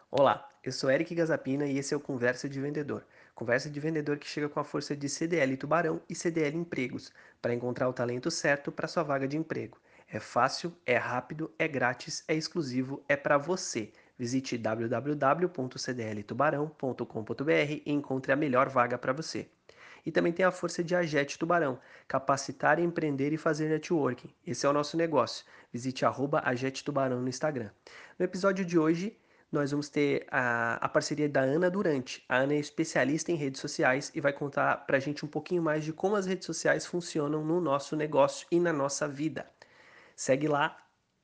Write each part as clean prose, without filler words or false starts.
Olá, eu sou Eric Gazapina e esse é o Conversa de Vendedor. Conversa de vendedor que chega com a força de CDL Tubarão e CDL Empregos para encontrar o talento certo para sua vaga de emprego. É fácil, é rápido, é grátis, é exclusivo, é para você. Visite www.cdltubarão.com.br e encontre a melhor vaga para você. E também tem a força de Agete Tubarão, capacitar, empreender e fazer networking. Esse é o nosso negócio. Visite @Agete Tubarão no Instagram. No episódio de hoje, nós vamos ter a parceria da Ana Durante. A Ana é especialista em redes sociais e vai contar pra gente um pouquinho mais de como as redes sociais funcionam no nosso negócio e na nossa vida. Segue lá.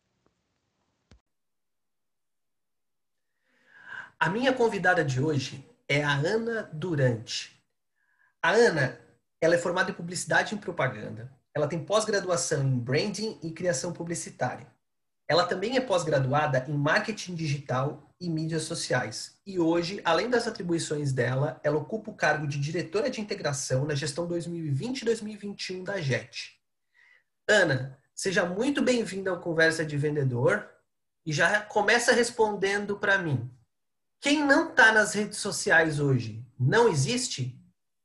A minha convidada de hoje é a Ana Durante. A Ana, ela é formada em publicidade e propaganda. Ela tem pós-graduação em branding e criação publicitária. Ela também é pós-graduada em marketing digital e mídias sociais. E hoje, além das atribuições dela, ela ocupa o cargo de diretora de integração na gestão 2020 e 2021 da JET. Ana, seja muito bem-vinda ao Conversa de Vendedor e já começa respondendo para mim. Quem não está nas redes sociais hoje, não existe?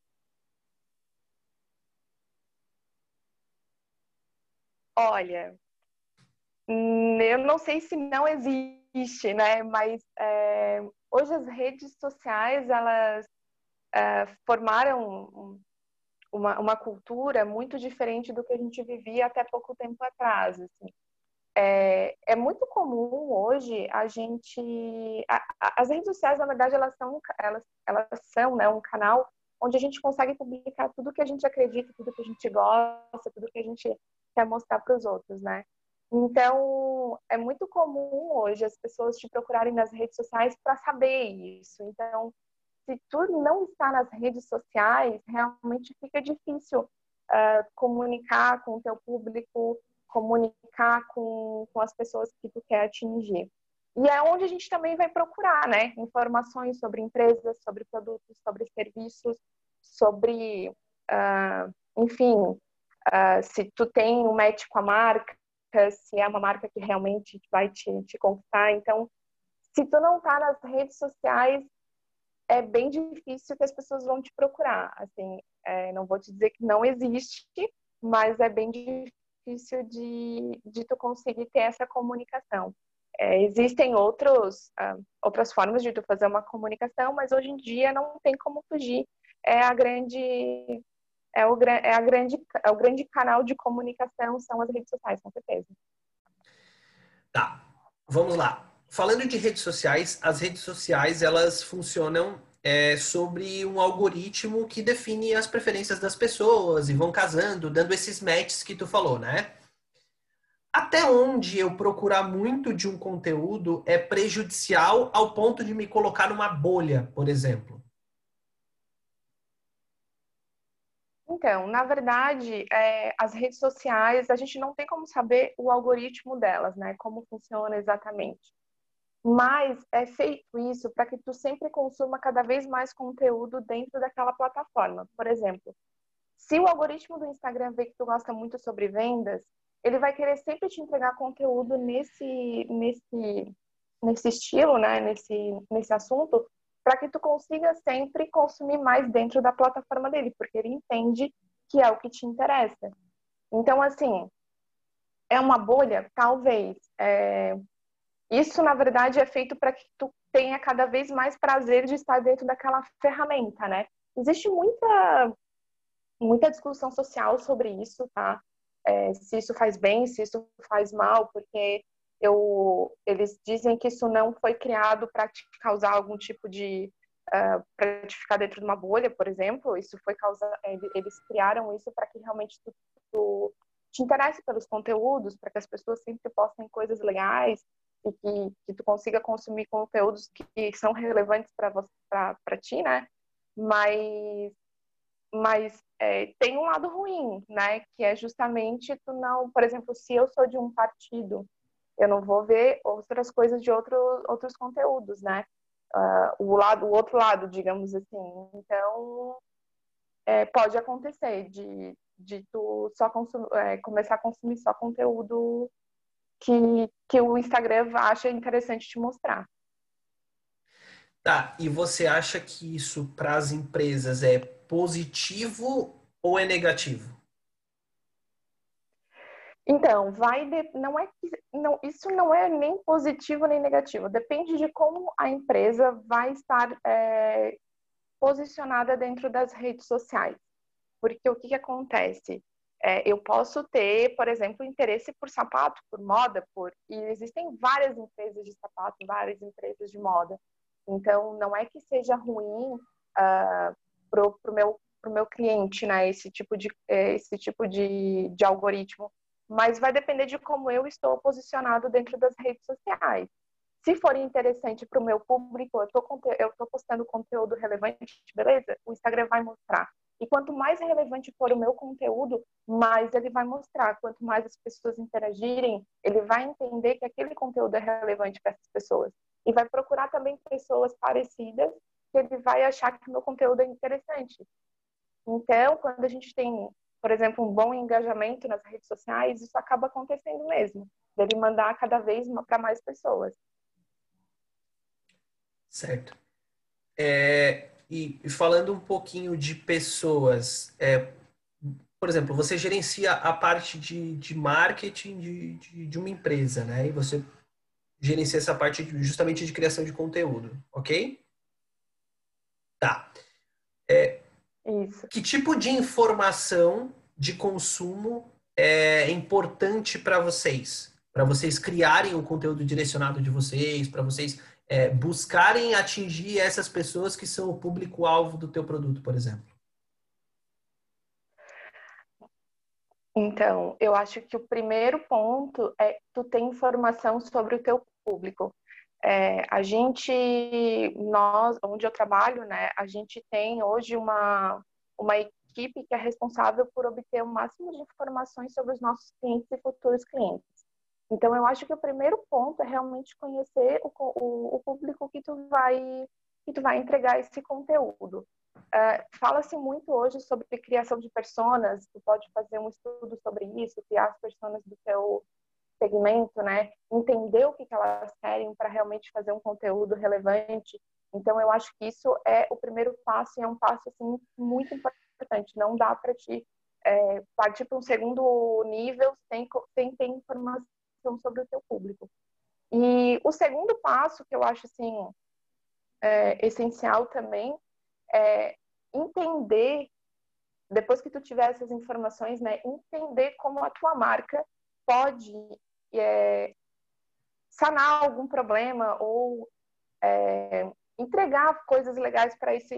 Olha, eu não sei se não existe, né? Mas hoje as redes sociais, elas formaram uma cultura muito diferente do que a gente vivia até pouco tempo atrás, assim. É muito comum hoje a gente... as redes sociais, na verdade, elas são, né, um canal onde a gente consegue publicar tudo que a gente acredita, tudo que a gente gosta, tudo que a gente quer mostrar para os outros, né? Então, é muito comum hoje as pessoas te procurarem nas redes sociais para saber isso. Então, se tu não está nas redes sociais, realmente fica difícil comunicar com o teu público, comunicar com as pessoas que tu quer atingir. E é onde a gente também vai procurar, né? Informações sobre empresas, sobre produtos, sobre serviços, sobre, enfim, se tu tem um match com a marca, se é uma marca que realmente vai te conquistar. Então, se tu não tá nas redes sociais, é bem difícil que as pessoas vão te procurar. Assim, não vou te dizer que não existe, mas é bem difícil de tu conseguir ter essa comunicação. Existem outras formas de tu fazer uma comunicação, mas hoje em dia não tem como fugir. É a grande, é o grande canal de comunicação são as redes sociais, com certeza. Tá, vamos lá. Falando de redes sociais, as redes sociais elas funcionam sobre um algoritmo que define as preferências das pessoas e vão casando, dando esses matches que tu falou, né? Até onde eu procurar muito de um conteúdo é prejudicial ao ponto de me colocar numa bolha, por exemplo. Então, na verdade, as redes sociais, a gente não tem como saber o algoritmo delas, né? Como funciona exatamente. Mas é feito isso para que tu sempre consuma cada vez mais conteúdo dentro daquela plataforma. Por exemplo, se o algoritmo do Instagram vê que tu gosta muito sobre vendas, ele vai querer sempre te entregar conteúdo nesse estilo, né? Nesse assunto, para que tu consiga sempre consumir mais dentro da plataforma dele, porque ele entende que é o que te interessa. Então, assim, é uma bolha? Talvez. Isso, na verdade, é feito para que tu tenha cada vez mais prazer de estar dentro daquela ferramenta, né? Existe muita discussão social sobre isso, tá? Se isso faz bem, se isso faz mal, porque eles dizem que isso não foi criado para te causar algum tipo de... para te ficar dentro de uma bolha, por exemplo. Isso foi eles criaram isso para que realmente tu te interesse pelos conteúdos, para que as pessoas sempre postem coisas legais e que tu consiga consumir conteúdos que são relevantes para ti, né? Mas tem um lado ruim, né? Que é justamente tu não, por exemplo, se eu sou de um partido, eu não vou ver outras coisas de outros conteúdos, né? O outro lado, digamos assim. Então, pode acontecer de tu só começar a consumir só conteúdo que o Instagram acha interessante te mostrar. Tá, e você acha que isso para as empresas é positivo ou é negativo? Então, não é que não, isso não é nem positivo nem negativo. Depende de como a empresa vai estar posicionada dentro das redes sociais. Porque o que, que acontece? Eu posso ter, por exemplo, interesse por sapato, por moda, e existem várias empresas de sapato, várias empresas de moda. Então, não é que seja ruim pro meu cliente, né, esse tipo de algoritmo, mas vai depender de como eu estou posicionado dentro das redes sociais. Se for interessante para o meu público, eu tô postando conteúdo relevante, beleza? O Instagram vai mostrar. E quanto mais relevante for o meu conteúdo, mais ele vai mostrar. Quanto mais as pessoas interagirem, ele vai entender que aquele conteúdo é relevante para essas pessoas. E vai procurar também pessoas parecidas, que ele vai achar que o meu conteúdo é interessante. Então, quando a gente tem, por exemplo, um bom engajamento nas redes sociais, isso acaba acontecendo mesmo. Dele mandar cada vez para mais pessoas. Certo. E falando um pouquinho de pessoas, por exemplo, você gerencia a parte de marketing de uma empresa, né? E você gerencia essa parte justamente de criação de conteúdo, ok? Tá. Isso. Que tipo de informação de consumo é importante para vocês? Para vocês criarem o conteúdo direcionado de vocês, para vocês buscarem atingir essas pessoas que são o público-alvo do teu produto, por exemplo. Então, eu acho que o primeiro ponto é tu ter informação sobre o teu público. Nós, onde eu trabalho, né, a gente tem hoje uma equipe que é responsável por obter o máximo de informações sobre os nossos clientes e futuros clientes. Então, eu acho que o primeiro ponto é realmente conhecer o público que tu vai entregar esse conteúdo. Fala-se muito hoje sobre criação de personas, tu pode fazer um estudo sobre isso, criar as personas do teu segmento, né? Entender o que elas querem para realmente fazer um conteúdo relevante. Então, eu acho que isso é o primeiro passo e é um passo assim muito importante. Não dá para te partir para um segundo nível sem ter informação sobre o teu público. E o segundo passo que eu acho assim essencial também é entender, depois que tu tiver essas informações, né, entender como a tua marca pode sanar algum problema ou entregar coisas legais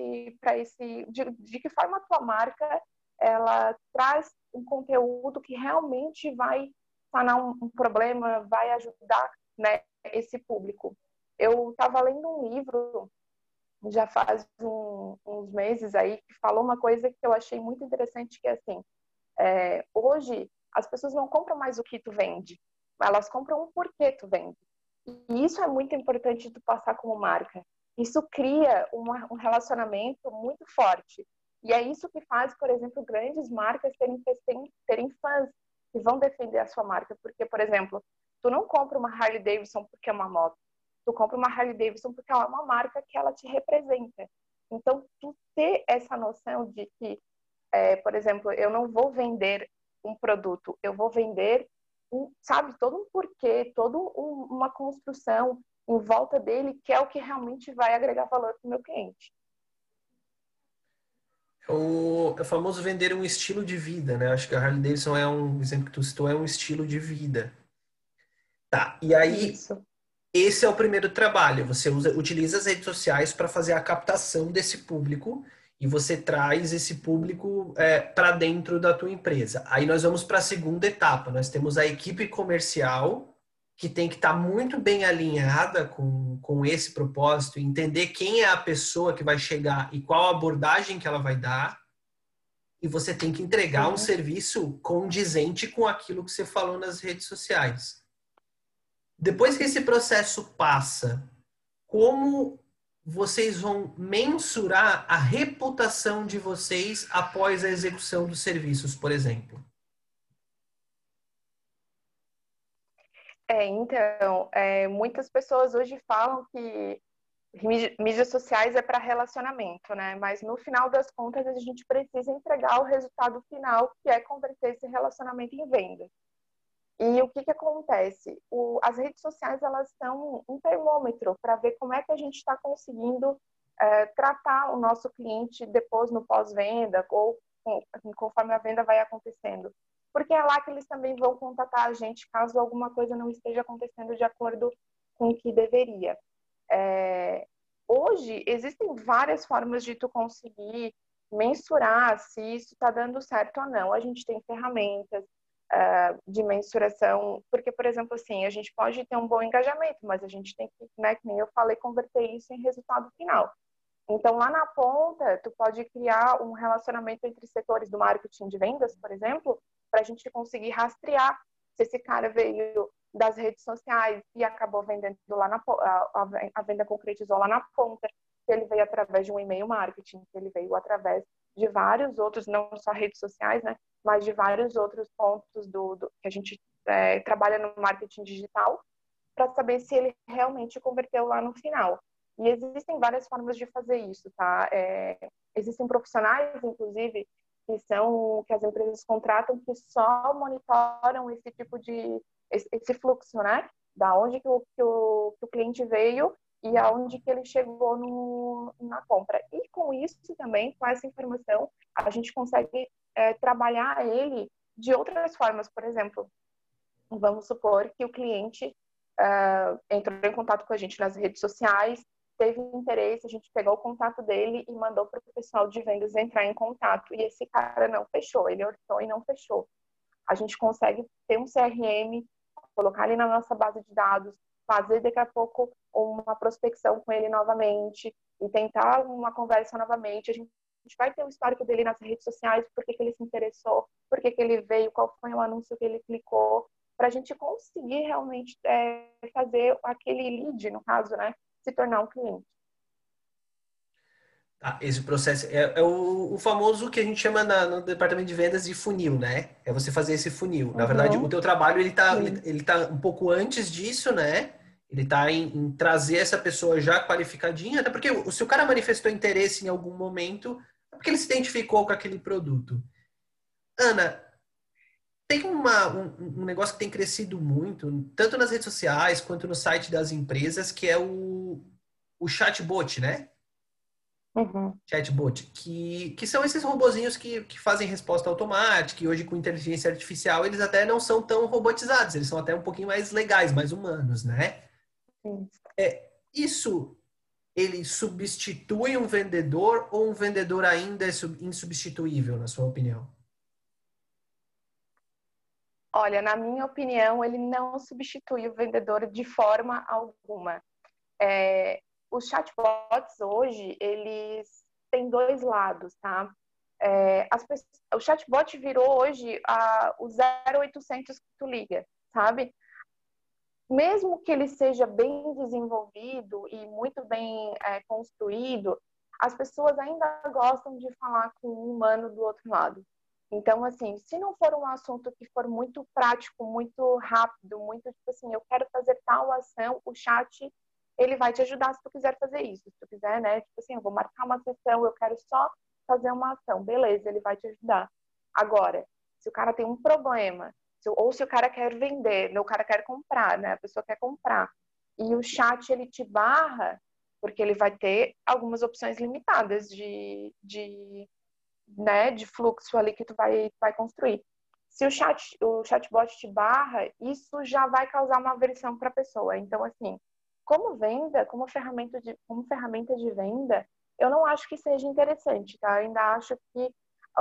de que forma a tua marca ela traz um conteúdo que realmente vai sanar um problema, vai ajudar, né, esse público. Eu estava lendo um livro já faz uns meses aí que falou uma coisa que eu achei muito interessante, que é assim, hoje as pessoas não compram mais o que tu vende, elas compram o porquê tu vende. E isso é muito importante tu passar como marca. Isso cria um relacionamento muito forte. E é isso que faz, por exemplo, grandes marcas terem fãs que vão defender a sua marca. Porque, por exemplo, tu não compra uma Harley Davidson porque é uma moto. Tu compra uma Harley Davidson porque ela é uma marca que ela te representa. Então, tu ter essa noção de que, por exemplo, eu não vou vender um produto, eu vou vender sabe, todo um porquê, uma construção em volta dele, que é o que realmente vai agregar valor para o meu cliente. É o famoso vender um estilo de vida, né? Acho que a Harley Davidson é um exemplo que tu citou, é um estilo de vida. Tá, e aí Isso. esse é o primeiro trabalho. Você utiliza as redes sociais para fazer a captação desse público e você traz esse público para dentro da tua empresa. Aí nós vamos para a segunda etapa. Nós temos a equipe comercial que tem que estar muito bem alinhada com esse propósito, entender quem é a pessoa que vai chegar e qual abordagem que ela vai dar. E você tem que entregar um Sim. serviço condizente com aquilo que você falou nas redes sociais. Depois que esse processo passa, como vocês vão mensurar a reputação de vocês após a execução dos serviços, por exemplo? Então, muitas pessoas hoje falam que mídias sociais é para relacionamento, né? Mas no final das contas a gente precisa entregar o resultado final, que é converter esse relacionamento em venda. E o que acontece? As redes sociais, elas são um termômetro para ver como é que a gente está conseguindo tratar o nosso cliente depois no pós-venda ou conforme a venda vai acontecendo. Porque é lá que eles também vão contatar a gente caso alguma coisa não esteja acontecendo de acordo com o que deveria. Hoje, existem várias formas de tu conseguir mensurar se isso está dando certo ou não. A gente tem ferramentas de mensuração, porque, por exemplo, assim, a gente pode ter um bom engajamento, mas a gente tem que, né, que nem eu falei, converter isso em resultado final. Então, lá na ponta, tu pode criar um relacionamento entre setores do marketing de vendas, por exemplo, para a gente conseguir rastrear se esse cara veio das redes sociais e acabou vendendo lá a venda concretizou lá na ponta, se ele veio através de um e-mail marketing, se ele veio através de vários outros, não só redes sociais, né, mas de vários outros pontos que a gente trabalha no marketing digital, para saber se ele realmente converteu lá no final. E existem várias formas de fazer isso, tá? Existem profissionais, inclusive, que as empresas contratam que só monitoram esse tipo esse fluxo, né? Da onde que o cliente veio e aonde que ele chegou na compra. E com isso também, com essa informação, a gente consegue trabalhar ele de outras formas. Por exemplo, vamos supor que o cliente entrou em contato com a gente nas redes sociais, teve interesse, a gente pegou o contato dele e mandou para o pessoal de vendas entrar em contato. E esse cara não fechou, ele orçou e não fechou. A gente consegue ter um CRM, colocar ali na nossa base de dados, fazer daqui a pouco uma prospecção com ele novamente e tentar uma conversa novamente. A gente vai ter o histórico dele nas redes sociais, por que ele se interessou, por que ele veio, qual foi o anúncio que ele clicou, para a gente conseguir realmente fazer aquele lead, no caso, né, se tornar um cliente. Esse processo é o famoso que a gente chama no departamento de vendas de funil, né? É você fazer esse funil. Na verdade, o Uhum. teu trabalho ele tá um pouco antes disso, né? Ele tá em trazer essa pessoa já qualificadinha, até porque se o cara manifestou interesse em algum momento, é porque ele se identificou com aquele produto. Ana, tem um negócio que tem crescido muito, tanto nas redes sociais quanto no site das empresas, que é o chatbot, né? Uhum. Chatbot, que são esses robozinhos que fazem resposta automática, e hoje com inteligência artificial eles até não são tão robotizados, eles são até um pouquinho mais legais, mais humanos, né? Sim. Isso, ele substitui um vendedor ou um vendedor ainda é insubstituível, na sua opinião? Olha, na minha opinião, ele não substitui o vendedor de forma alguma. Os chatbots hoje, eles têm dois lados, tá? O chatbot virou hoje o 0800 que tu liga, sabe? Mesmo que ele seja bem desenvolvido e muito bem construído, as pessoas ainda gostam de falar com um humano do outro lado. Então, assim, se não for um assunto que for muito prático, muito rápido, muito tipo assim, eu quero fazer tal ação, o chat, ele vai te ajudar se tu quiser fazer isso. Se tu quiser, né, tipo assim, eu vou marcar uma sessão, eu quero só fazer uma ação. Beleza, ele vai te ajudar. Agora, se o cara tem um problema, ou se o cara quer vender, o cara quer comprar, né, a pessoa quer comprar, e o chat, ele te barra, porque ele vai ter algumas opções limitadas né, de fluxo ali que tu vai construir. Se o chatbot te barra, isso já vai causar uma aversão para a pessoa. Então, assim, como venda, como ferramenta de venda, eu não acho que seja interessante, tá? Eu ainda acho que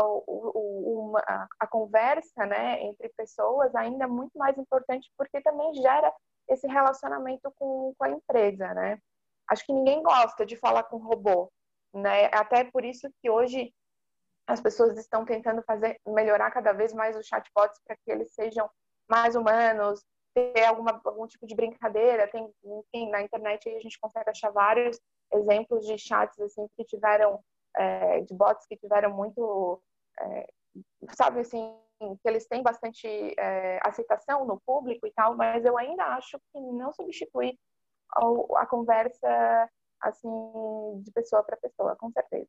a conversa, né, entre pessoas ainda é muito mais importante porque também gera esse relacionamento com a empresa, né? Acho que ninguém gosta de falar com robô, né? Até por isso que hoje as pessoas estão tentando melhorar cada vez mais os chatbots para que eles sejam mais humanos, ter algum tipo de brincadeira. Enfim, na internet aí a gente consegue achar vários exemplos de chats assim que tiveram, de bots que tiveram muito, sabe assim, que eles têm bastante aceitação no público e tal, mas eu ainda acho que não substitui a conversa assim, de pessoa para pessoa, com certeza.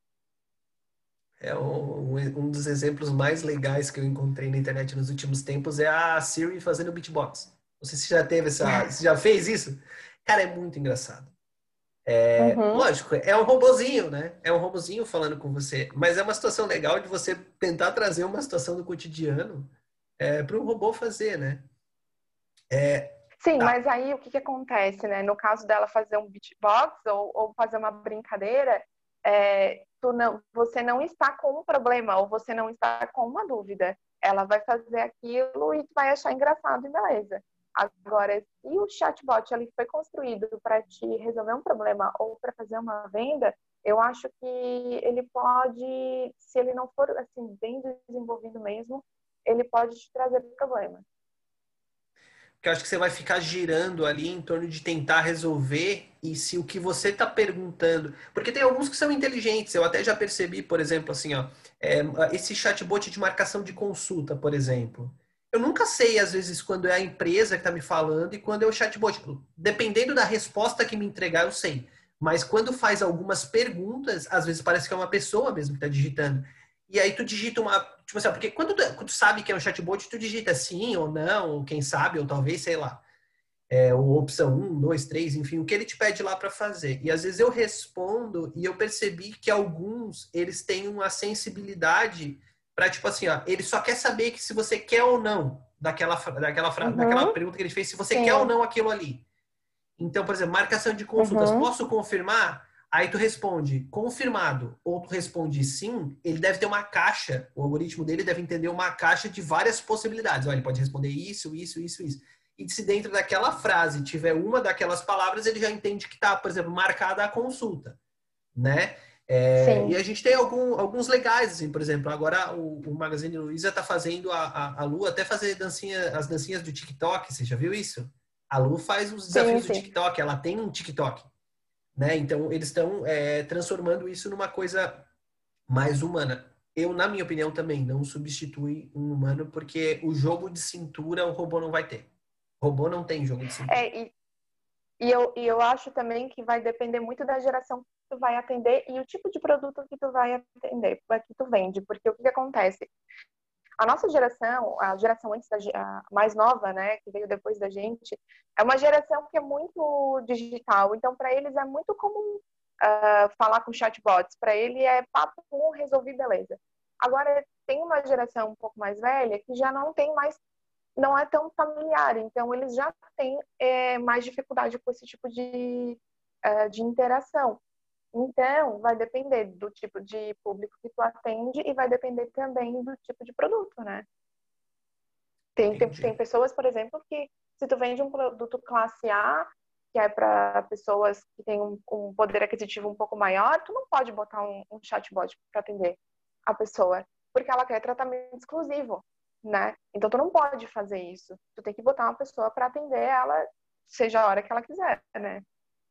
É um dos exemplos mais legais que eu encontrei na internet nos últimos tempos é a Siri fazendo beatbox. Não sei se já teve você já fez isso? Cara, é muito engraçado. Uhum. Lógico, é um robozinho, né? É um robozinho falando com você, mas é uma situação legal de você tentar trazer uma situação do cotidiano para um robô fazer, né? Sim, Tá. mas aí o que acontece, né? No caso dela fazer um beatbox ou fazer uma brincadeira, você não está com um problema ou você não está com uma dúvida. Ela vai fazer aquilo e tu vai achar engraçado e beleza. Agora, se o chatbot ele foi construído para te resolver um problema ou para fazer uma venda, eu acho que ele pode, se ele não for assim bem desenvolvido mesmo, ele pode te trazer problemas. Porque eu acho que você vai ficar girando ali em torno de tentar resolver e se o que você está perguntando. Porque tem alguns que são inteligentes, eu até já percebi, por exemplo, assim, ó, esse chatbot de marcação de consulta, por exemplo. Eu nunca sei, às vezes, quando é a empresa que está me falando e quando é o chatbot. Dependendo da resposta que me entregar, eu sei. Mas quando faz algumas perguntas, às vezes parece que é uma pessoa mesmo que está digitando. E aí tu digita uma. Tipo assim, porque quando tu sabe que é um chatbot, tu digita sim ou não, ou quem sabe, ou talvez, sei lá. Ou opção um 2 3 enfim, o que ele te pede lá para fazer. E às vezes eu respondo e eu percebi que alguns, eles têm uma sensibilidade para, tipo assim, ó, ele só quer saber que se você quer ou não daquela Uhum, pergunta que ele fez, se você quer ou sim. não aquilo ali. Então, por exemplo, marcação de consultas, Uhum, posso confirmar? Aí tu responde confirmado, ou tu responde sim, ele deve ter uma caixa, o algoritmo dele deve entender uma caixa de várias possibilidades. Olha, ele pode responder isso, isso, isso, isso. E se dentro daquela frase tiver uma daquelas palavras, ele já entende que está, por exemplo, marcada a consulta, né? E sim. a gente tem alguns legais, assim, por exemplo, agora o Magazine Luiza está fazendo a Lu até fazer as dancinhas do TikTok, você já viu isso? A Lu faz os Sim, desafios do sim. TikTok, ela tem um TikTok, né? Então eles estão transformando isso numa coisa mais humana. Eu, na minha opinião, também não substitui um humano, porque o jogo de cintura o robô não vai ter. O robô não tem jogo de cintura. É, e eu acho também que vai depender muito da geração que tu vai atender e o tipo de produto que tu vai atender, que tu vende. Porque o que acontece? A nossa geração, a geração antes a mais nova, né, que veio depois da gente, é uma geração que é muito digital. Então, para eles é muito comum falar com chatbots. Para ele é papo, resolvi, beleza. Agora, tem uma geração um pouco mais velha que já não tem mais, não é tão familiar. Então, eles já têm mais dificuldade com esse tipo de interação. Então, vai depender do tipo de público que tu atende e vai depender também do tipo de produto, né? Tem Entendi. pessoas, por exemplo, que se tu vende um produto classe A, que é para pessoas que têm um poder aquisitivo um pouco maior, tu não pode botar um chatbot para atender a pessoa, porque ela quer tratamento exclusivo, né? Então tu não pode fazer isso. Tu tem que botar uma pessoa para atender ela, seja a hora que ela quiser, né?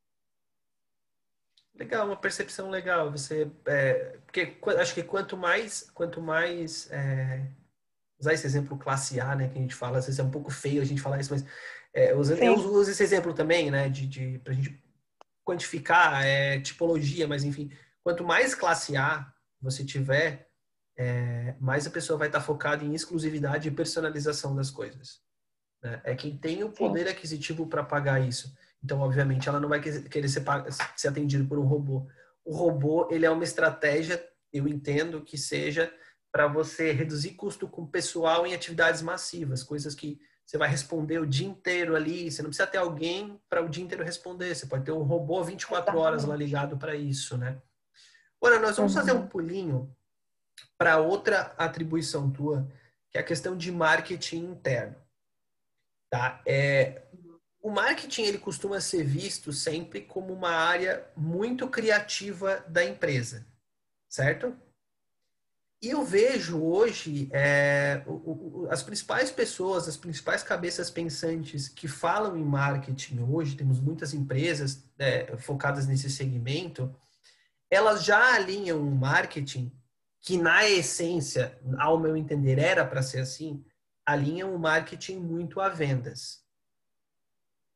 Legal, uma percepção legal. Porque acho que quanto mais usar esse exemplo classe A, né, que a gente fala, às vezes é um pouco feio a gente falar isso, mas eu Sim. uso esse exemplo também, né, para a gente quantificar tipologia, mas enfim, quanto mais classe A você tiver, mais a pessoa vai estar focada em exclusividade e personalização das coisas, né? É quem tem o Sim. poder aquisitivo para pagar isso. Então, obviamente, ela não vai querer ser atendido por um robô. O robô, ele é uma estratégia, eu entendo que seja para você reduzir custo com o pessoal em atividades massivas, coisas que você vai responder o dia inteiro ali, você não precisa ter alguém para o dia inteiro responder, você pode ter um robô 24 horas lá Exatamente. ligado para isso, né? Ora, nós vamos fazer um Uhum. pulinho para outra atribuição tua, que é a questão de marketing interno, tá? O marketing ele costuma ser visto sempre como uma área muito criativa da empresa, certo? E eu vejo hoje as principais pessoas, as principais cabeças pensantes que falam em marketing hoje, temos muitas empresas focadas nesse segmento, elas já alinham o marketing, que na essência, ao meu entender, era para ser assim, alinham o marketing muito a vendas.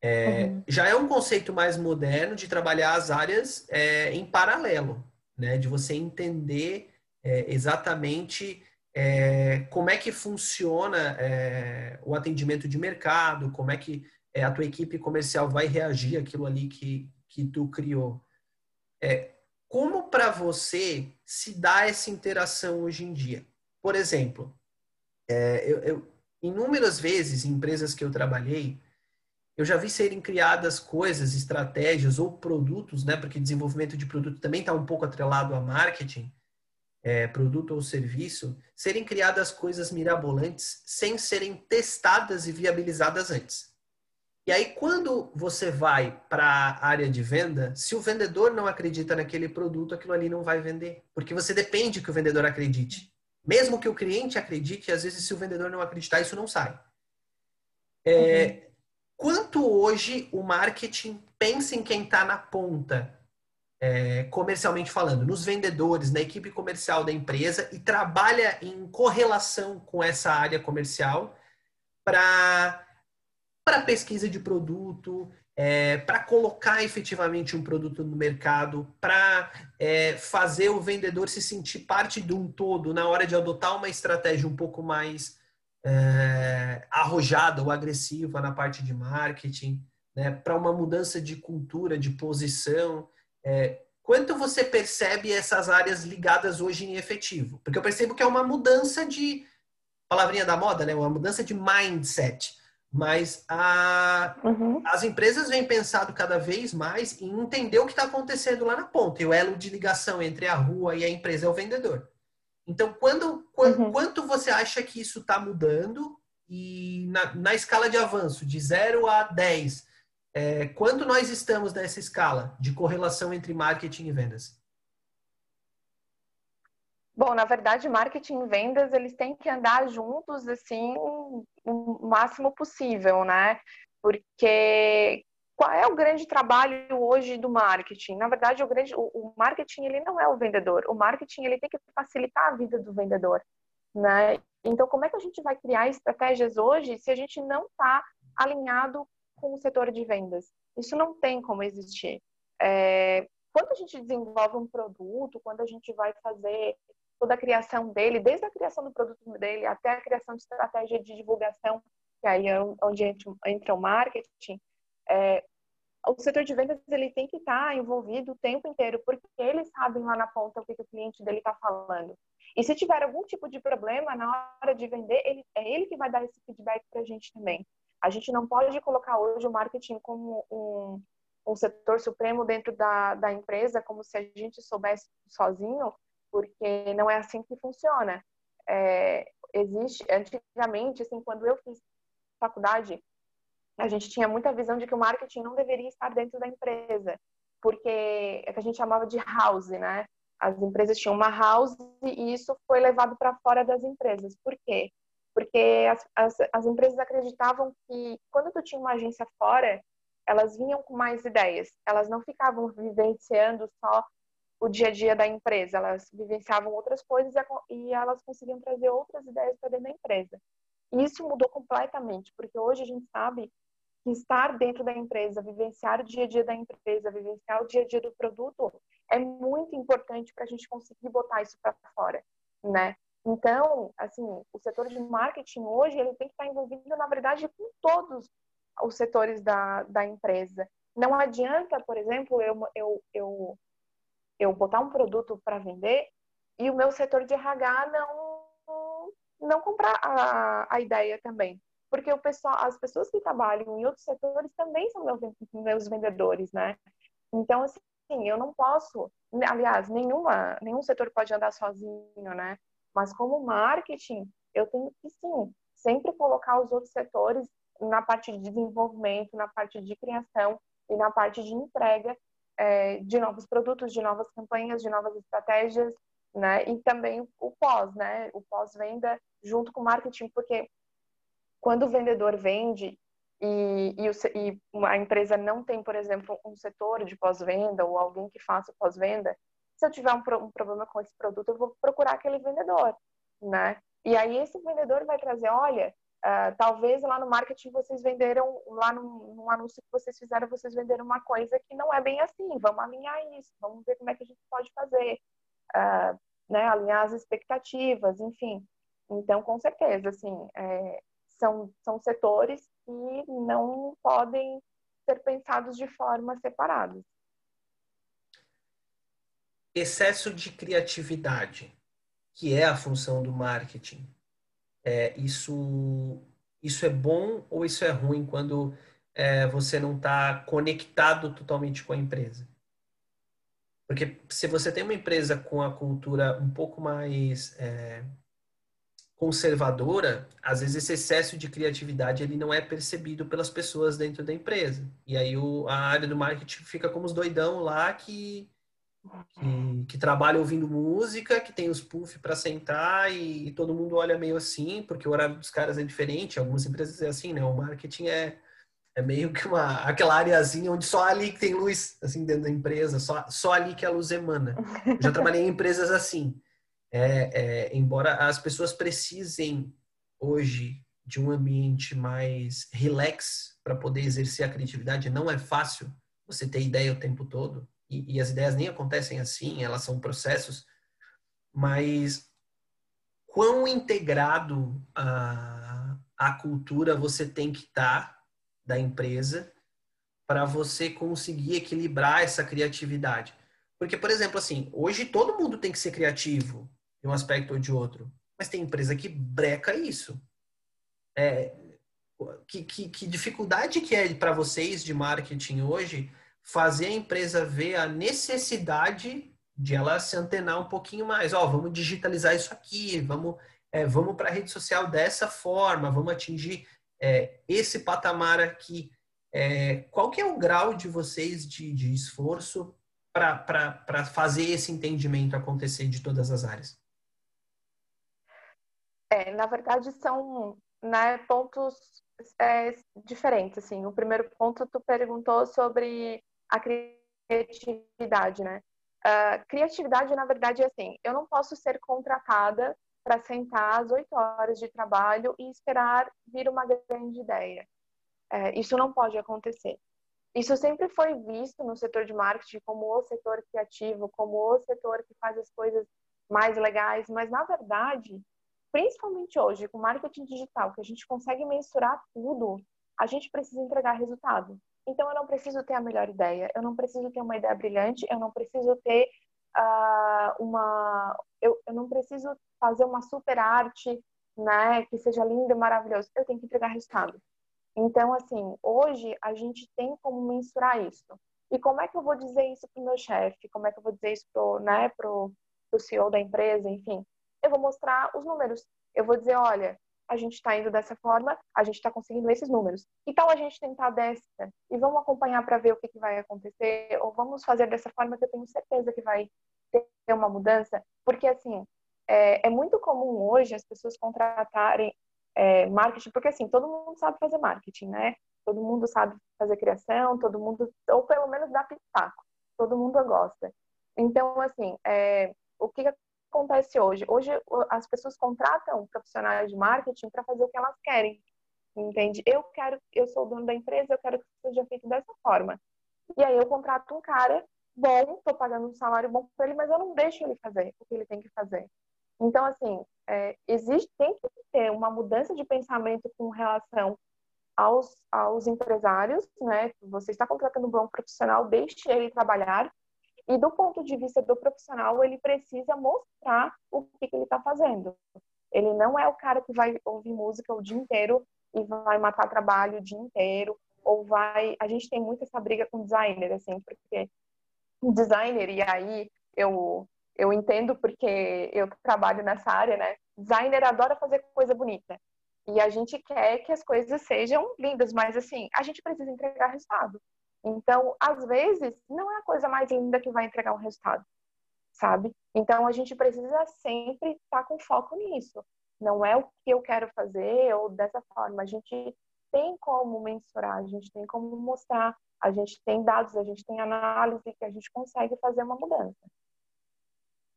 Uhum. Já é um conceito mais moderno de trabalhar as áreas em paralelo, né? De você entender exatamente como é que funciona o atendimento de mercado, como é que a tua equipe comercial vai reagir àquilo ali que tu criou. Como para você se dá essa interação hoje em dia? Por exemplo, inúmeras vezes em empresas que eu trabalhei, eu já vi serem criadas coisas, estratégias ou produtos, né? Porque desenvolvimento de produto também está um pouco atrelado a marketing, produto ou serviço, serem criadas coisas mirabolantes sem serem testadas e viabilizadas antes. E aí, quando você vai para a área de venda, se o vendedor não acredita naquele produto, aquilo ali não vai vender. Porque você depende que o vendedor acredite. Mesmo que o cliente acredite, às vezes, se o vendedor não acreditar, isso não sai. Uhum. Quanto hoje o marketing pensa em quem está na ponta, comercialmente falando, nos vendedores, na equipe comercial da empresa e trabalha em correlação com essa área comercial para pesquisa de produto, para colocar efetivamente um produto no mercado, para fazer o vendedor se sentir parte de um todo na hora de adotar uma estratégia um pouco mais arrojada ou agressiva na parte de marketing, né, para uma mudança de cultura, de posição. Quanto você percebe essas áreas ligadas hoje em efetivo? Porque eu percebo que é uma mudança de, palavrinha da moda, né, uma mudança de mindset. Mas Uhum. as empresas vêm pensado cada vez mais em entender o que está acontecendo lá na ponta. E o elo de ligação entre a rua e a empresa é o vendedor. Então, Uhum. quanto você acha que isso está mudando? E na escala de avanço, de 0 a 10, quanto nós estamos nessa escala de correlação entre marketing e vendas? Bom, na verdade, marketing e vendas, eles têm que andar juntos, assim, o máximo possível, né? Porque qual é o grande trabalho hoje do marketing? Na verdade, o marketing, ele não é o vendedor. O marketing, ele tem que facilitar a vida do vendedor, né? Então, como é que a gente vai criar estratégias hoje se a gente não está alinhado com o setor de vendas? Isso não tem como existir. Quando a gente desenvolve um produto, quando a gente vai fazer toda a criação dele, desde a criação do produto dele até a criação de estratégia de divulgação, que aí é onde entra o marketing, o setor de vendas ele tem que estar envolvido o tempo inteiro, porque eles sabem lá na ponta o que o cliente dele está falando. E se tiver algum tipo de problema na hora de vender, é ele que vai dar esse feedback para a gente também. A gente não pode colocar hoje o marketing como um setor supremo dentro da empresa, como se a gente soubesse sozinho, porque não é assim que funciona. Existe, antigamente, assim, quando eu fiz faculdade, a gente tinha muita visão de que o marketing não deveria estar dentro da empresa, porque é que a gente chamava de house, né? As empresas tinham uma house e isso foi levado para fora das empresas. Por quê? Porque as empresas acreditavam que quando tu tinha uma agência fora, elas vinham com mais ideias. Elas não ficavam vivenciando só o dia a dia da empresa, elas vivenciavam outras coisas e elas conseguiam trazer outras ideias para dentro da empresa. E isso mudou completamente, porque hoje a gente sabe que estar dentro da empresa, vivenciar o dia a dia da empresa, vivenciar o dia a dia do produto, é muito importante para a gente conseguir botar isso para fora, né? Então, assim, o setor de marketing hoje, ele tem que estar envolvido, na verdade, com todos os setores da empresa. Não adianta, por exemplo, eu botar um produto para vender e o meu setor de RH não comprar a ideia também. Porque as pessoas que trabalham em outros setores também são meus vendedores, né? Então, assim, eu não posso, aliás, nenhum setor pode andar sozinho, né? Mas como marketing, eu tenho que, sim, sempre colocar os outros setores na parte de desenvolvimento, na parte de criação e na parte de entrega de novos produtos, de novas campanhas, de novas estratégias, né? E também o pós, né? O pós-venda junto com o marketing, porque quando o vendedor vende e a empresa não tem, por exemplo, um setor de pós-venda ou alguém que faça pós-venda, se eu tiver um problema com esse produto, eu vou procurar aquele vendedor, né? E aí esse vendedor vai trazer, olha, Talvez lá no marketing vocês venderam, lá num anúncio que vocês fizeram, vocês venderam uma coisa que não é bem assim. Vamos alinhar isso, vamos ver como é que a gente pode fazer, né? Alinhar as expectativas, enfim. Então, com certeza, assim, são setores que não podem ser pensados de forma separada. Excesso de criatividade, que é a função do marketing. Isso é bom ou isso é ruim quando você não está conectado totalmente com a empresa? Porque se você tem uma empresa com a cultura um pouco mais conservadora, às vezes esse excesso de criatividade ele não é percebido pelas pessoas dentro da empresa. E aí a área do marketing fica como os doidão lá que trabalha ouvindo música, que tem os puff para sentar e todo mundo olha meio assim, porque o horário dos caras é diferente. Algumas empresas é assim, né? O marketing é meio que aquela areazinha onde só ali que tem luz, assim, dentro da empresa, só ali que a luz emana. Eu já trabalhei em empresas assim. Embora as pessoas precisem hoje de um ambiente mais relax para poder exercer a criatividade, não é fácil você ter ideia o tempo todo. E as ideias nem acontecem assim, elas são processos, mas quão integrado a cultura você tem que estar da empresa para você conseguir equilibrar essa criatividade. Porque, por exemplo, assim, hoje todo mundo tem que ser criativo de um aspecto ou de outro, mas tem empresa que breca isso. Que dificuldade que é para vocês de marketing hoje fazer a empresa ver a necessidade de ela se antenar um pouquinho mais. Vamos digitalizar isso aqui, vamos para a rede social dessa forma, vamos atingir esse patamar aqui. Qual que é o grau de vocês de esforço para fazer esse entendimento acontecer de todas as áreas? Na verdade, são, né, pontos diferentes. Assim. O primeiro ponto, tu perguntou sobre a criatividade, né? Criatividade, na verdade, é assim, eu não posso ser contratada para sentar às 8 horas de trabalho e esperar vir uma grande ideia. Isso não pode acontecer. Isso sempre foi visto no setor de marketing como o setor criativo, como o setor que faz as coisas mais legais, mas na verdade, principalmente hoje, com marketing digital, que a gente consegue mensurar tudo, a gente precisa entregar resultado. Então, eu não preciso ter a melhor ideia, eu não preciso ter uma ideia brilhante, eu não preciso ter eu não preciso fazer uma super arte, né, que seja linda e maravilhosa. Eu tenho que entregar resultado. Então, assim, hoje a gente tem como mensurar isso. E como é que eu vou dizer isso para o meu chefe? Como é que eu vou dizer isso pro CEO da empresa? Enfim, eu vou mostrar os números. Eu vou dizer, olha, a gente está indo dessa forma, a gente está conseguindo esses números. Que tal a gente tentar dessa? E vamos acompanhar para ver o que vai acontecer? Ou vamos fazer dessa forma que eu tenho certeza que vai ter uma mudança? Porque, assim, é muito comum hoje as pessoas contratarem marketing, porque assim, todo mundo sabe fazer marketing, né? Todo mundo sabe fazer criação, todo mundo, ou pelo menos dá pitaco, todo mundo gosta. Então, assim, o que acontece hoje? Hoje as pessoas contratam profissionais de marketing para fazer o que elas querem, entende? Eu sou o dono da empresa, eu quero que seja feito dessa forma. E aí eu contrato um cara bom, estou pagando um salário bom para ele, mas eu não deixo ele fazer o que ele tem que fazer. Então, assim, tem que ter uma mudança de pensamento com relação aos empresários, né? Você está contratando um bom profissional, deixe ele trabalhar. E do ponto de vista do profissional, ele precisa mostrar o que ele está fazendo. Ele não é o cara que vai ouvir música o dia inteiro e vai matar trabalho o dia inteiro, ou vai... A gente tem muito essa briga com designer, assim, porque designer, e aí eu entendo porque eu trabalho nessa área, né? Designer adora fazer coisa bonita. E a gente quer que as coisas sejam lindas, mas assim, a gente precisa entregar resultado. Então, às vezes, não é a coisa mais linda que vai entregar um resultado, sabe? Então, a gente precisa sempre estar com foco nisso. Não é o que eu quero fazer ou dessa forma. A gente tem como mensurar, a gente tem como mostrar, a gente tem dados, a gente tem análise que a gente consegue fazer uma mudança.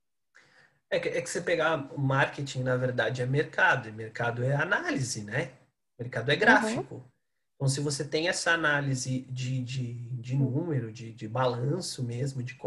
É que você pegar o marketing, na verdade, é mercado, e mercado é análise, né? O mercado é Uhum. gráfico. Então, se você tem essa análise de número, de balanço mesmo, de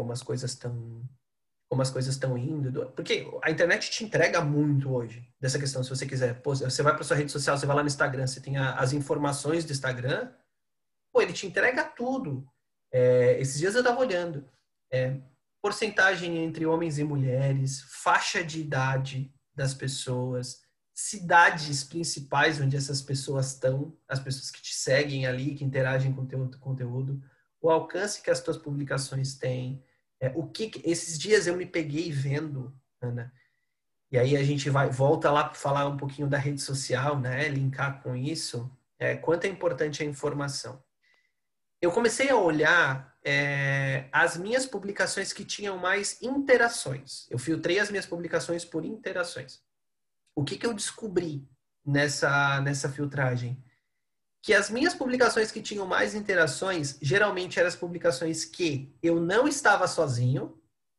como as coisas estão indo. Porque a internet te entrega muito hoje dessa questão, se você quiser. Pô, você vai para sua rede social, você vai lá no Instagram, você tem as informações do Instagram, pô, ele te entrega tudo. Esses dias eu estava olhando. Porcentagem entre homens e mulheres, faixa de idade das pessoas, cidades principais onde essas pessoas estão, as pessoas que te seguem ali, que interagem com o teu conteúdo, o alcance que as tuas publicações têm. Esses dias eu me peguei vendo, Ana, e aí a gente volta lá para falar um pouquinho da rede social, né? Linkar com isso, quanto é importante a informação. Eu comecei a olhar as minhas publicações que tinham mais interações. Eu filtrei as minhas publicações por interações. O que eu descobri nessa filtragem? Que as minhas publicações que tinham mais interações, geralmente eram as publicações que eu não estava sozinho,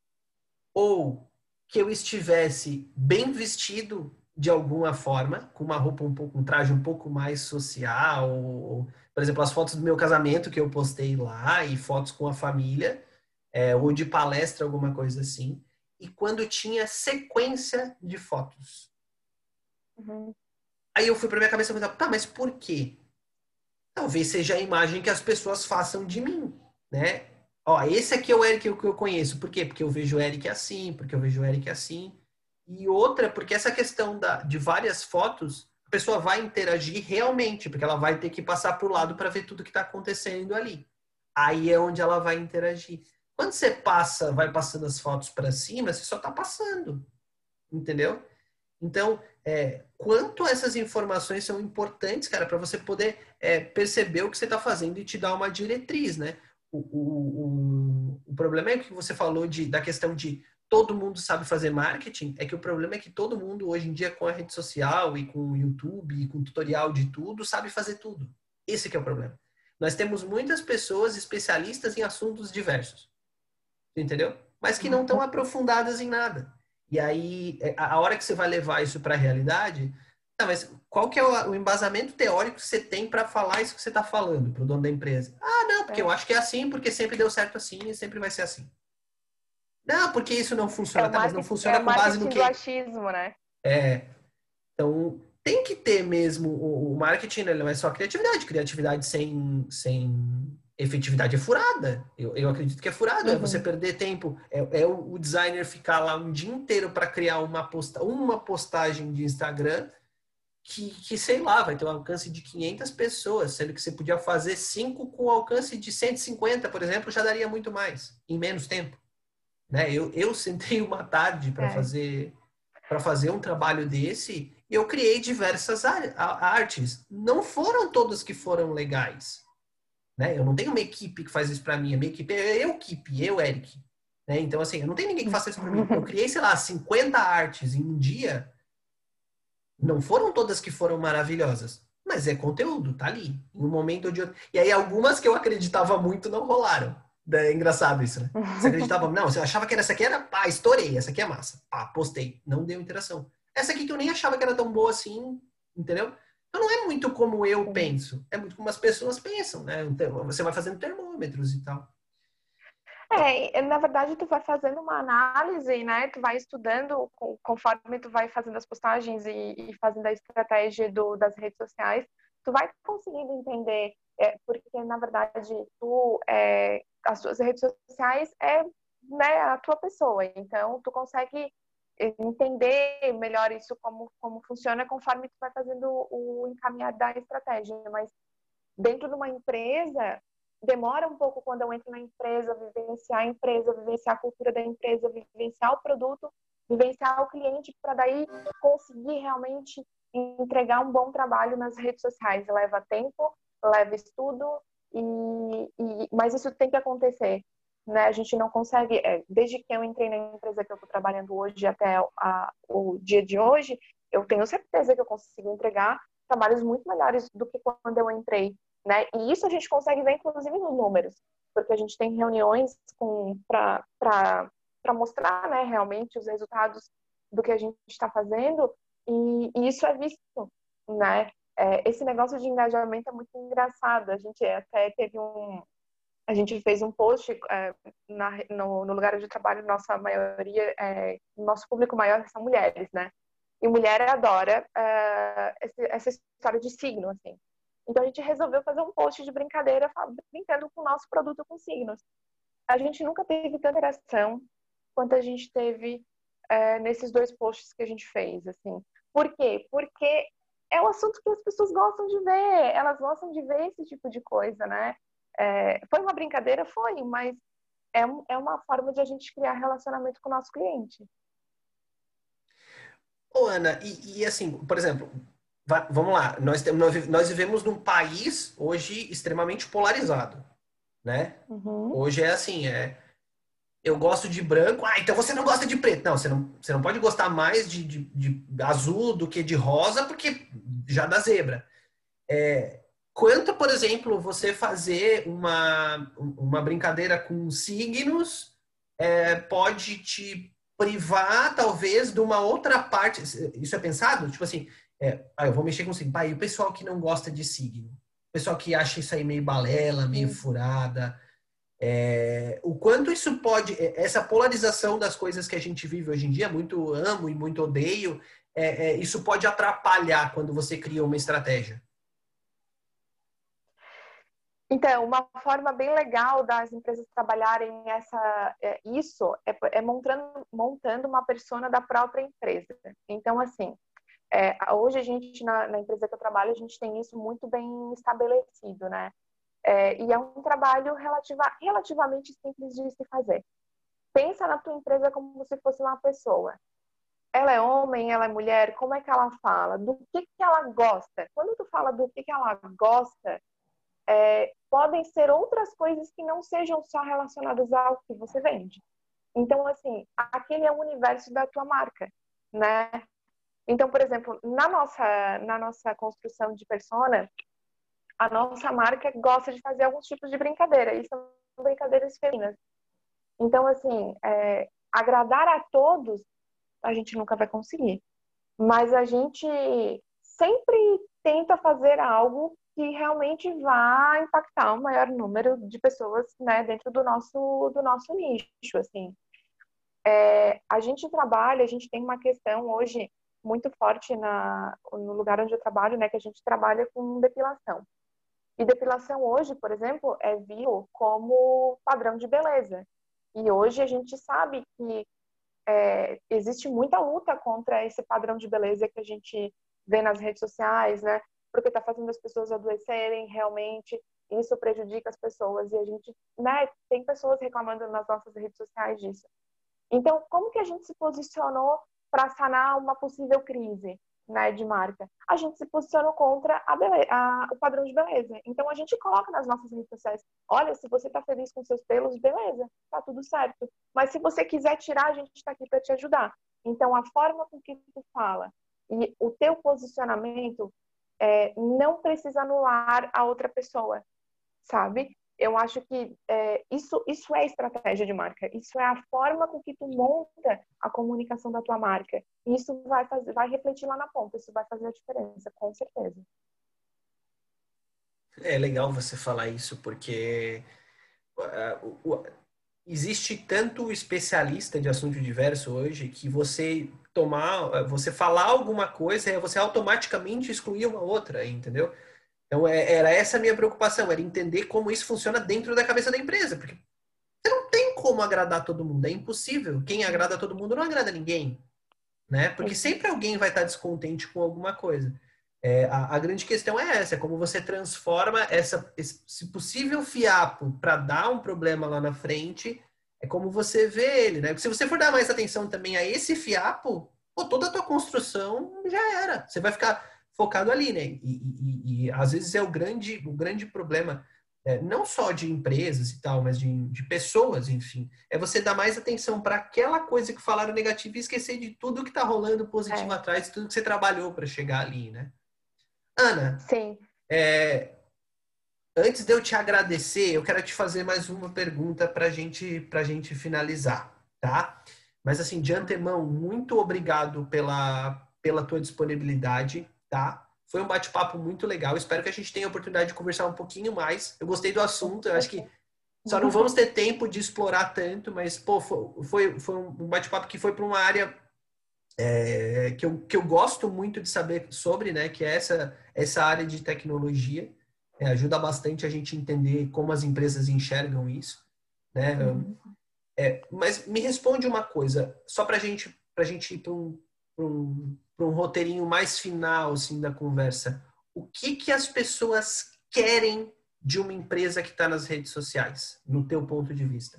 ou que eu estivesse bem vestido de alguma forma, com uma roupa um traje um pouco mais social, por exemplo, as fotos do meu casamento que eu postei lá e fotos com a família, ou de palestra, alguma coisa assim. E quando tinha sequência de fotos. Uhum. Aí eu fui para minha cabeça e falei, tá, mas por quê? Talvez seja a imagem que as pessoas façam de mim, né? Ó, esse aqui é o Eric que eu conheço. Por quê? Porque eu vejo o Eric assim, porque eu vejo o Eric assim. E outra, porque essa questão de várias fotos, a pessoa vai interagir realmente, porque ela vai ter que passar para o lado para ver tudo que está acontecendo ali. Aí é onde ela vai interagir. Quando você vai passando as fotos para cima, você só está passando, entendeu? Então, quanto essas informações são importantes, cara, para você poder perceber o que você está fazendo e te dar uma diretriz, né? O problema é que você falou da questão de todo mundo sabe fazer marketing, é que o problema é que todo mundo hoje em dia com a rede social e com o YouTube e com tutorial de tudo, sabe fazer tudo. Esse que é o problema. Nós temos muitas pessoas especialistas em assuntos diversos, entendeu? Mas que não estão aprofundadas em nada. E aí, a hora que você vai levar isso para a realidade, tá, mas qual que é o embasamento teórico que você tem para falar isso que você está falando para o dono da empresa? Ah, não, porque eu acho que é assim, porque sempre deu certo assim e sempre vai ser assim. Não, porque isso não funciona. Tá, mas não É funciona o com base no marketing do quê? achismo, né? É, então, tem que ter mesmo o marketing, né? Ele não é só criatividade. Criatividade sem efetividade é furada. Eu acredito que é furado. É você Uhum. perder tempo. É o designer ficar lá um dia inteiro para criar uma postagem de Instagram que, sei lá, vai ter um alcance de 500 pessoas, sendo que você podia fazer 5 com alcance de 150, por exemplo, já daria muito mais, em menos tempo. Né? Eu sentei uma tarde É. para fazer um trabalho desse e eu criei diversas artes. Não foram todas que foram legais. Né? Eu não tenho uma equipe que faz isso para mim. A minha equipe é eu, Eric. Né? Então, assim, eu não tenho ninguém que faça isso para mim. Eu criei, sei lá, 50 artes em um dia. Não foram todas que foram maravilhosas. Mas é conteúdo, tá ali. Em um momento ou de outro. E aí, algumas que eu acreditava muito não rolaram. É engraçado isso, né? Você acreditava, não, você achava que essa aqui era, pá, estourei, essa aqui é massa. Pá, postei. Não deu interação. Essa aqui que eu nem achava que era tão boa assim, entendeu? Então não é muito como eu Sim. penso, é muito como as pessoas pensam, né? Então, você vai fazendo termômetros e tal. Na verdade, tu vai fazendo uma análise, né? Tu vai estudando conforme tu vai fazendo as postagens e fazendo a estratégia das redes sociais, tu vai conseguindo entender, porque na verdade as tuas redes sociais né, a tua pessoa, então tu consegue entender melhor isso como funciona conforme tu vai fazendo o encaminhar da estratégia, mas dentro de uma empresa, demora um pouco quando eu entro na empresa, vivenciar a cultura da empresa, vivenciar o produto, vivenciar o cliente, para daí conseguir realmente entregar um bom trabalho nas redes sociais. Leva tempo, leva estudo, mas isso tem que acontecer. Né? A gente não consegue, desde que eu entrei na empresa que eu estou trabalhando hoje até o dia de hoje, eu tenho certeza que eu consigo entregar trabalhos muito melhores do que quando eu entrei, né? E isso a gente consegue ver, inclusive, nos números, porque a gente tem reuniões para mostrar, né, realmente os resultados do que a gente está fazendo, e isso é visto, né? Esse negócio de engajamento é muito engraçado. A gente até teve a gente fez um post no lugar onde eu trabalho, nossa maioria, nosso público maior são mulheres, né? E mulher adora essa história de signo, assim. Então a gente resolveu fazer um post de brincadeira, brincando com o nosso produto com signos. A gente nunca teve tanta interação quanto a gente teve nesses 2 posts que a gente fez, assim. Por quê? Porque é um assunto que as pessoas gostam de ver, elas gostam de ver esse tipo de coisa, né? Foi uma brincadeira? Foi, mas é uma forma de a gente criar relacionamento com o nosso cliente. Ô, Ana, e assim, por exemplo, vamos lá, nós vivemos num país hoje extremamente polarizado, né? Uhum. Hoje é assim, eu gosto de branco, então você não gosta de preto. Não, você não pode gostar mais de azul do que de rosa, porque já dá zebra. Quanto, por exemplo, você fazer uma brincadeira com signos pode te privar, talvez, de uma outra parte. Isso é pensado? Tipo assim, eu vou mexer com signo. E o pessoal que não gosta de signo? O pessoal que acha isso aí meio balela, meio Sim. furada. O quanto isso pode, essa polarização das coisas que a gente vive hoje em dia, muito amo e muito odeio, isso pode atrapalhar quando você cria uma estratégia. Então, uma forma bem legal das empresas trabalharem isso é montando uma persona da própria empresa. Então, assim, hoje a gente, na empresa que eu trabalho, a gente tem isso muito bem estabelecido, né? E é um trabalho relativamente simples de se fazer. Pensa na tua empresa como se fosse uma pessoa. Ela é homem, ela é mulher, como é que ela fala? Do que ela gosta? Quando tu fala do que ela gosta, podem ser outras coisas que não sejam só relacionadas ao que você vende. Então, assim, aquele é o universo da tua marca, né? Então, por exemplo, na nossa construção de persona, a nossa marca gosta de fazer alguns tipos de brincadeira, e são brincadeiras femininas. Então, assim, agradar a todos, a gente nunca vai conseguir. Mas a gente sempre tenta fazer algo que realmente vá impactar o maior número de pessoas, né, dentro do nosso nicho, assim. A gente tem uma questão hoje muito forte no lugar onde eu trabalho, né, que a gente trabalha com depilação. E depilação hoje, por exemplo, é visto como padrão de beleza. E hoje a gente sabe que existe muita luta contra esse padrão de beleza que a gente vê nas redes sociais, né? Porque está fazendo as pessoas adoecerem realmente, e isso prejudica as pessoas. E a gente, né, tem pessoas reclamando nas nossas redes sociais disso. Então, como que a gente se posicionou para sanar uma possível crise, né, de marca? A gente se posicionou contra o padrão de beleza. Então, a gente coloca nas nossas redes sociais: olha, se você está feliz com seus pelos, beleza, tá tudo certo. Mas se você quiser tirar, a gente está aqui para te ajudar. Então, a forma com que tu fala e o teu posicionamento não precisa anular a outra pessoa, sabe? Eu acho que isso é estratégia de marca. Isso é a forma com que tu monta a comunicação da tua marca. Isso vai refletir lá na ponta. Isso vai fazer a diferença, com certeza. É legal você falar isso, porque existe tanto especialista de assunto diverso hoje que você falar alguma coisa é você automaticamente excluir uma outra, entendeu? Então era essa a minha preocupação, era entender como isso funciona dentro da cabeça da empresa, porque você não tem como agradar todo mundo, é impossível. Quem agrada todo mundo não agrada ninguém, né? Porque sempre alguém vai estar descontente com alguma coisa. A grande questão é essa, é como você transforma esse possível fiapo para dar um problema lá na frente, é como você vê ele, né? Porque se você for dar mais atenção também a esse fiapo, pô, toda a tua construção já era. Você vai ficar focado ali, né? E às vezes é o grande problema, não só de empresas e tal, mas de pessoas, enfim. É você dar mais atenção para aquela coisa que falaram negativa e esquecer de tudo que está rolando positivo atrás, tudo que você trabalhou para chegar ali, né? Ana, Sim. antes de eu te agradecer, eu quero te fazer mais uma pergunta para gente finalizar, tá? Mas assim, de antemão, muito obrigado pela tua disponibilidade, tá? Foi um bate-papo muito legal. Espero que a gente tenha a oportunidade de conversar um pouquinho mais. Eu gostei do assunto. Eu acho que só não vamos ter tempo de explorar tanto, mas pô, foi um bate-papo que foi para uma área que eu gosto muito de saber sobre, né? Que é essa área de tecnologia. Ajuda bastante a gente entender como as empresas enxergam isso, né? Mas me responde uma coisa, só para a gente ir para um roteirinho mais final assim, da conversa. O que, que as pessoas querem de uma empresa que está nas redes sociais, no teu ponto de vista?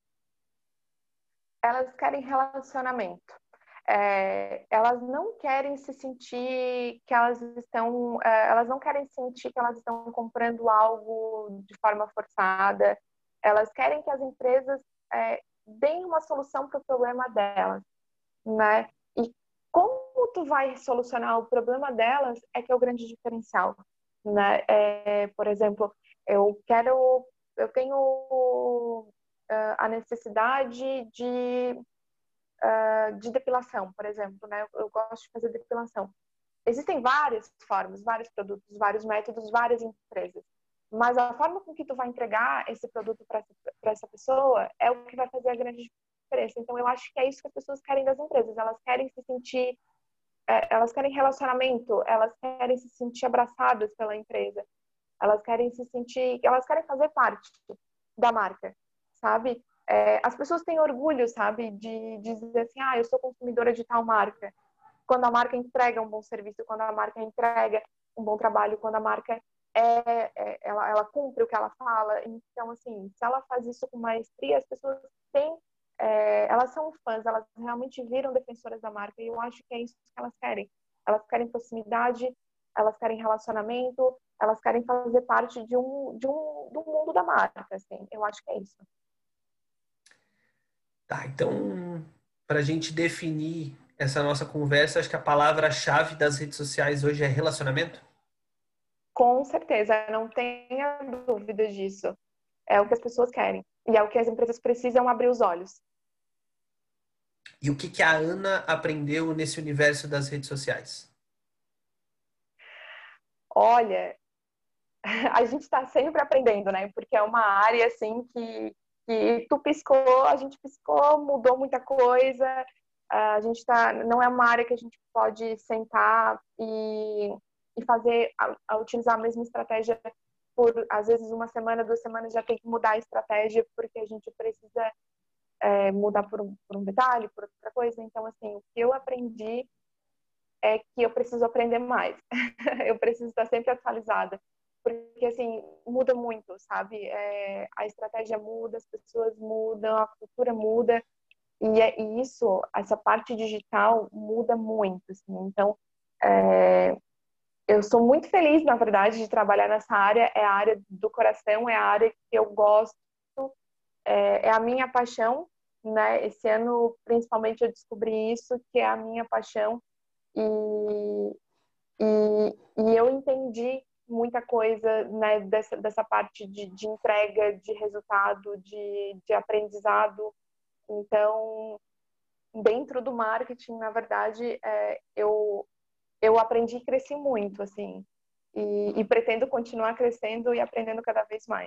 Elas querem relacionamento. Elas não querem se sentir que elas estão, elas não querem sentir que elas estão comprando algo de forma forçada. Elas querem que as empresas deem uma solução para o problema delas, né? E como tu vai solucionar o problema delas é que é o grande diferencial, né? Por exemplo, eu tenho a necessidade de depilação, por exemplo, né? Eu gosto de fazer depilação. Existem várias formas, vários produtos, vários métodos, várias empresas. Mas a forma com que tu vai entregar esse produto para essa pessoa é o que vai fazer a grande diferença. Então, eu acho que é isso que as pessoas querem das empresas. Elas querem se sentir, elas querem relacionamento, elas querem se sentir abraçadas pela empresa. Elas querem se sentir, elas querem fazer parte da marca, sabe? As pessoas têm orgulho, sabe, de dizer assim, eu sou consumidora de tal marca. Quando a marca entrega um bom serviço, quando a marca entrega um bom trabalho, quando a marca ela cumpre o que ela fala. Então, assim, se ela faz isso com maestria, as pessoas têm, elas são fãs, elas realmente viram defensoras da marca, e eu acho que é isso que elas querem. Elas querem proximidade, elas querem relacionamento, elas querem fazer parte do mundo da marca, assim. Eu acho que é isso. Tá, então, para a gente definir essa nossa conversa, acho que a palavra-chave das redes sociais hoje é relacionamento? Com certeza, não tenha dúvida disso. É o que as pessoas querem. E é o que as empresas precisam abrir os olhos. E o que, que a Ana aprendeu nesse universo das redes sociais? Olha, a gente está sempre aprendendo, né? Porque é uma área, assim, que tu piscou, a gente piscou, mudou muita coisa. A gente não é uma área que a gente pode sentar e fazer, utilizar a mesma estratégia por, às vezes, uma semana, 2 semanas, já tem que mudar a estratégia porque a gente precisa mudar por um detalhe, por outra coisa. Então, assim, o que eu aprendi é que eu preciso aprender mais. Eu preciso estar sempre atualizada. Porque, assim, muda muito, sabe? A estratégia muda, as pessoas mudam, a cultura muda. E isso, essa parte digital muda muito, assim. Então, eu sou muito feliz, na verdade, de trabalhar nessa área. É a área do coração, é a área que eu gosto, é a minha paixão, né? Esse ano, principalmente, eu descobri isso, que é a minha paixão. E, e eu entendi muita coisa, né, dessa parte de entrega, de resultado, de aprendizado. Então, dentro do marketing, na verdade, eu aprendi e cresci muito, assim. E pretendo continuar crescendo e aprendendo cada vez mais.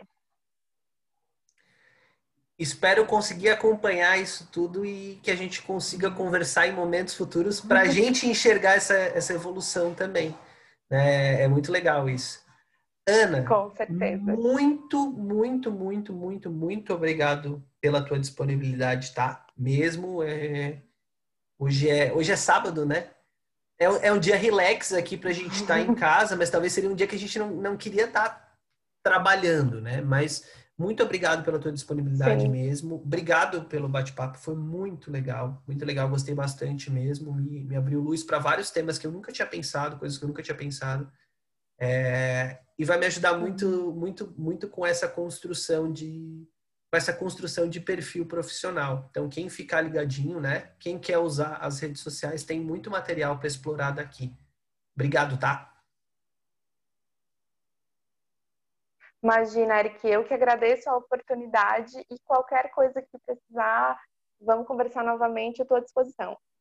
Espero conseguir acompanhar isso tudo e que a gente consiga conversar em momentos futuros para a gente enxergar essa evolução também. É muito legal isso. Ana, Com certeza. muito, muito, muito, muito, muito obrigado pela tua disponibilidade, tá? Mesmo hoje é sábado, né? É um dia relax aqui para a gente estar em casa, mas talvez seria um dia que a gente não queria estar trabalhando, né? Mas muito obrigado pela tua disponibilidade Sim. mesmo. Obrigado pelo bate-papo, foi muito legal, gostei bastante mesmo. Me abriu luz para vários temas que eu nunca tinha pensado, coisas que eu nunca tinha pensado. E vai me ajudar muito, muito, muito com essa construção de perfil profissional. Então, quem ficar ligadinho, né? Quem quer usar as redes sociais tem muito material para explorar daqui. Obrigado, tá? Imagina, Eric, eu que agradeço a oportunidade e qualquer coisa que precisar, vamos conversar novamente, eu estou à disposição.